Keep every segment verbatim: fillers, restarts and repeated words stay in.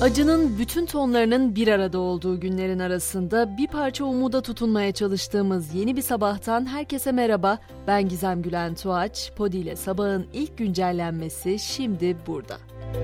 Acının bütün tonlarının bir arada olduğu günlerin arasında bir parça umuda tutunmaya çalıştığımız yeni bir sabahtan herkese merhaba. Ben Gizem Gülen Tuğaç. Podi ile sabahın ilk güncellenmesi şimdi burada.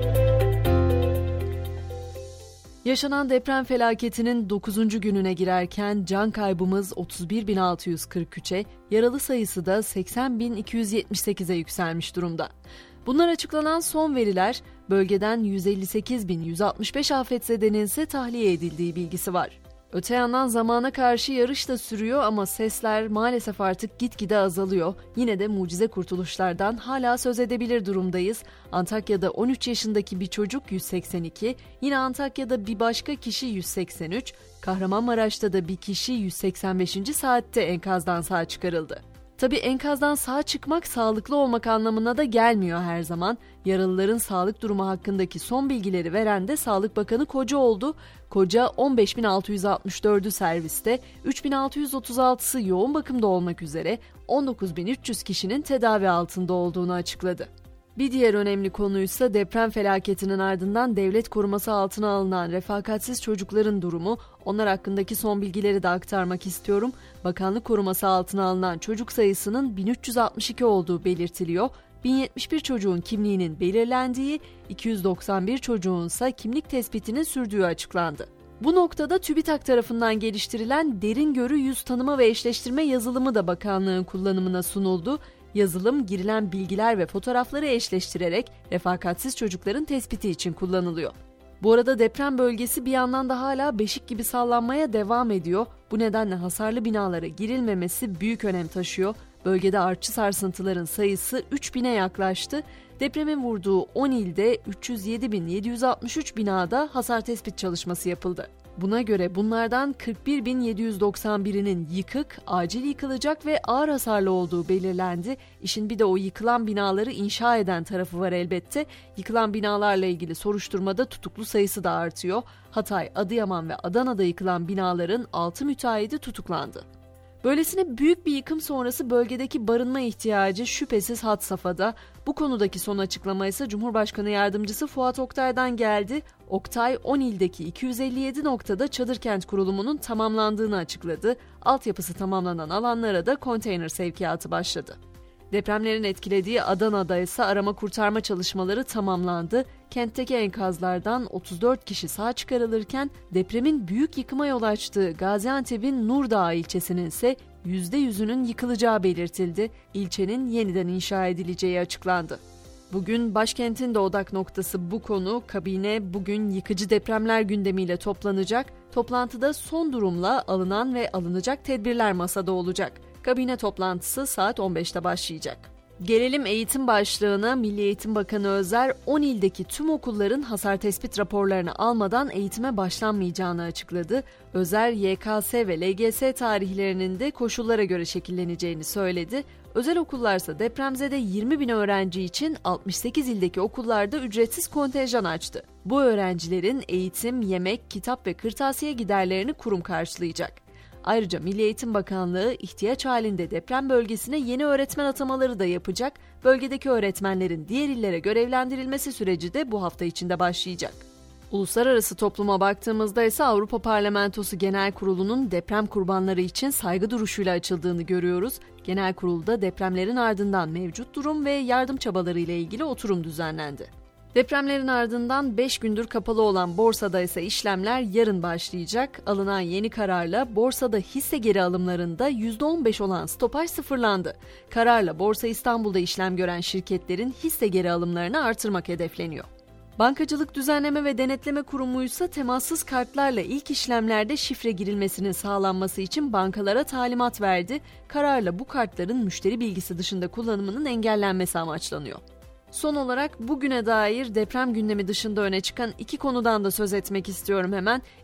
Yaşanan deprem felaketinin dokuzuncu gününe girerken can kaybımız otuz bir bin altı yüz kırk üçe, yaralı sayısı da seksen bin iki yüz yetmiş sekize yükselmiş durumda. Bunlar açıklanan son veriler, bölgeden yüz elli sekiz bin yüz altmış beş afetzedenin ise tahliye edildiği bilgisi var. Öte yandan zamana karşı yarış da sürüyor ama sesler maalesef artık gitgide azalıyor. Yine de mucize kurtuluşlardan hala söz edebilir durumdayız. Antakya'da on üç yaşındaki bir çocuk yüz seksen iki, yine Antakya'da bir başka kişi yüz seksen üç, Kahramanmaraş'ta da bir kişi yüz seksen beşinci saatte enkazdan sağ çıkarıldı. Tabii enkazdan sağ çıkmak sağlıklı olmak anlamına da gelmiyor her zaman. Yaralıların sağlık durumu hakkındaki son bilgileri veren de Sağlık Bakanı Koca oldu. Koca on beş bin altı yüz altmış dördü serviste, üç bin altı yüz otuz altısı yoğun bakımda olmak üzere on dokuz bin üç yüz kişinin tedavi altında olduğunu açıkladı. Bir diğer önemli konuysa deprem felaketinin ardından devlet koruması altına alınan refakatsiz çocukların durumu. Onlar hakkındaki son bilgileri de aktarmak istiyorum. Bakanlık koruması altına alınan çocuk sayısının bin üç yüz altmış iki olduğu belirtiliyor. bin yetmiş bir çocuğun kimliğinin belirlendiği, iki yüz doksan bir çocuğun ise kimlik tespitinin sürdüğü açıklandı. Bu noktada TÜBİTAK tarafından geliştirilen derin görü yüz tanıma ve eşleştirme yazılımı da bakanlığın kullanımına sunuldu. Yazılım girilen bilgiler ve fotoğrafları eşleştirerek refakatsiz çocukların tespiti için kullanılıyor. Bu arada deprem bölgesi bir yandan da hala beşik gibi sallanmaya devam ediyor. Bu nedenle hasarlı binalara girilmemesi büyük önem taşıyor. Bölgede artçı sarsıntıların sayısı üç bine yaklaştı. Depremin vurduğu on ilde üç yüz yedi bin yedi yüz altmış üç binada hasar tespit çalışması yapıldı. Buna göre bunlardan kırk bir bin yedi yüz doksan birinin yıkık, acil yıkılacak ve ağır hasarlı olduğu belirlendi. İşin bir de o yıkılan binaları inşa eden tarafı var elbette. Yıkılan binalarla ilgili soruşturmada tutuklu sayısı da artıyor. Hatay, Adıyaman ve Adana'da yıkılan binaların altı müteahhidi tutuklandı. Böylesine büyük bir yıkım sonrası bölgedeki barınma ihtiyacı şüphesiz had safhada. Bu konudaki son açıklama ise Cumhurbaşkanı Yardımcısı Fuat Oktay'dan geldi. Oktay, on ildeki iki yüz elli yedi noktada çadır kent kurulumunun tamamlandığını açıkladı. Altyapısı tamamlanan alanlara da konteyner sevkiyatı başladı. Depremlerin etkilediği Adana'da ise arama kurtarma çalışmaları tamamlandı. Kentteki enkazlardan otuz dört kişi sağ çıkarılırken depremin büyük yıkıma yol açtığı Gaziantep'in Nurdağ ilçesinin ise yüzde yüzünün yıkılacağı belirtildi. İlçenin yeniden inşa edileceği açıklandı. Bugün başkentin de odak noktası bu konu. Kabine bugün yıkıcı depremler gündemiyle toplanacak. Toplantıda son durumla alınan ve alınacak tedbirler masada olacak. Kabine toplantısı saat on beşte başlayacak. Gelelim eğitim başlığına. Milli Eğitim Bakanı Özer, on ildeki tüm okulların hasar tespit raporlarını almadan eğitime başlanmayacağını açıkladı. Özer, Y K S ve L G S tarihlerinin de koşullara göre şekilleneceğini söyledi. Özel okullarsa depremzede yirmi bin öğrenci için altmış sekiz ildeki okullarda ücretsiz kontenjan açtı. Bu öğrencilerin eğitim, yemek, kitap ve kırtasiye giderlerini kurum karşılayacak. Ayrıca Milli Eğitim Bakanlığı ihtiyaç halinde deprem bölgesine yeni öğretmen atamaları da yapacak. Bölgedeki öğretmenlerin diğer illere görevlendirilmesi süreci de bu hafta içinde başlayacak. Uluslararası topluma baktığımızda ise Avrupa Parlamentosu Genel Kurulu'nun deprem kurbanları için saygı duruşuyla açıldığını görüyoruz. Genel Kurul'da depremlerin ardından mevcut durum ve yardım çabaları ile ilgili oturum düzenlendi. Depremlerin ardından beş gündür kapalı olan borsada ise işlemler yarın başlayacak. Alınan yeni kararla borsada hisse geri alımlarında yüzde on beş olan stopaj sıfırlandı. Kararla Borsa İstanbul'da işlem gören şirketlerin hisse geri alımlarını artırmak hedefleniyor. Bankacılık Düzenleme ve Denetleme Kurumu ise temassız kartlarla ilk işlemlerde şifre girilmesinin sağlanması için bankalara talimat verdi. Kararla bu kartların müşteri bilgisi dışında kullanımının engellenmesi amaçlanıyor. Son olarak bugüne dair deprem gündemi dışında öne çıkan iki konudan da söz etmek istiyorum hemen.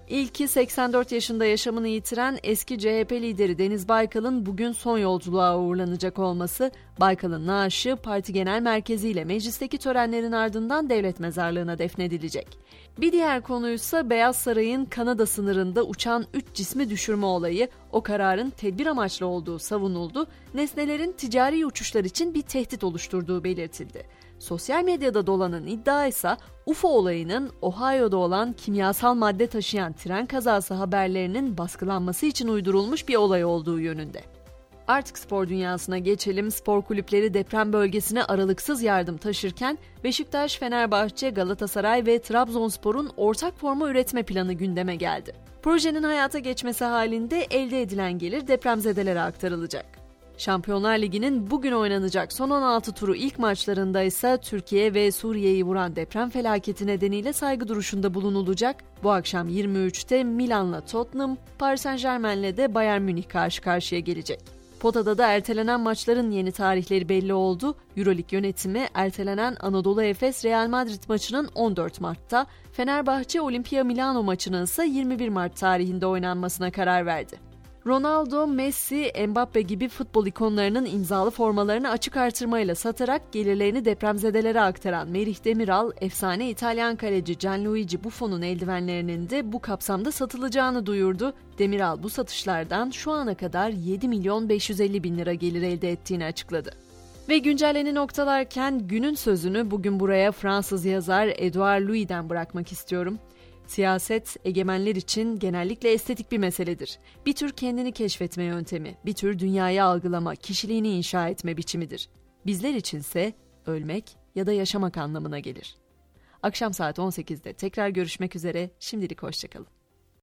İlki seksen dört yaşında yaşamını yitiren eski C H P lideri Deniz Baykal'ın bugün son yolculuğa uğurlanacak olması, Baykal'ın naaşı parti genel merkezi ile meclisteki törenlerin ardından devlet mezarlığına defnedilecek. Bir diğer konuysa Beyaz Saray'ın Kanada sınırında uçan üç cismi düşürme olayı. O kararın tedbir amaçlı olduğu savunuldu, nesnelerin ticari uçuşlar için bir tehdit oluşturduğu belirtildi. Sosyal medyada dolanan iddia ise U F O olayının Ohio'da olan kimyasal madde taşıyan tren kazası haberlerinin baskılanması için uydurulmuş bir olay olduğu yönünde. Artık spor dünyasına geçelim. Spor kulüpleri deprem bölgesine aralıksız yardım taşırken Beşiktaş, Fenerbahçe, Galatasaray ve Trabzonspor'un ortak forma üretme planı gündeme geldi. Projenin hayata geçmesi halinde elde edilen gelir depremzedelere aktarılacak. Şampiyonlar Ligi'nin bugün oynanacak son on altı turu ilk maçlarında ise Türkiye ve Suriye'yi vuran deprem felaketi nedeniyle saygı duruşunda bulunulacak. Bu akşam yirmi üçte Milan'la Tottenham, Paris Saint-Germain'le de Bayern Münih karşı karşıya gelecek. Potada da ertelenen maçların yeni tarihleri belli oldu. Euroleague yönetimi ertelenen Anadolu Efes Real Madrid maçının on dört Mart'ta, Fenerbahçe Olimpia Milano maçının ise yirmi bir Mart tarihinde oynanmasına karar verdi. Ronaldo, Messi, Mbappe gibi futbol ikonlarının imzalı formalarını açık artırmayla satarak gelirlerini depremzedelere aktaran Merih Demiral, efsane İtalyan kaleci Gianluigi Buffon'un eldivenlerinin de bu kapsamda satılacağını duyurdu. Demiral bu satışlardan şu ana kadar yedi milyon beş yüz elli bin lira gelir elde ettiğini açıkladı. Ve güncelleni noktalarken günün sözünü bugün buraya Fransız yazar Edouard Louis'den bırakmak istiyorum. Siyaset, egemenler için genellikle estetik bir meseledir. Bir tür kendini keşfetme yöntemi, bir tür dünyayı algılama, kişiliğini inşa etme biçimidir. Bizler içinse ölmek ya da yaşamak anlamına gelir. Akşam saat on sekizde tekrar görüşmek üzere, şimdilik hoşçakalın.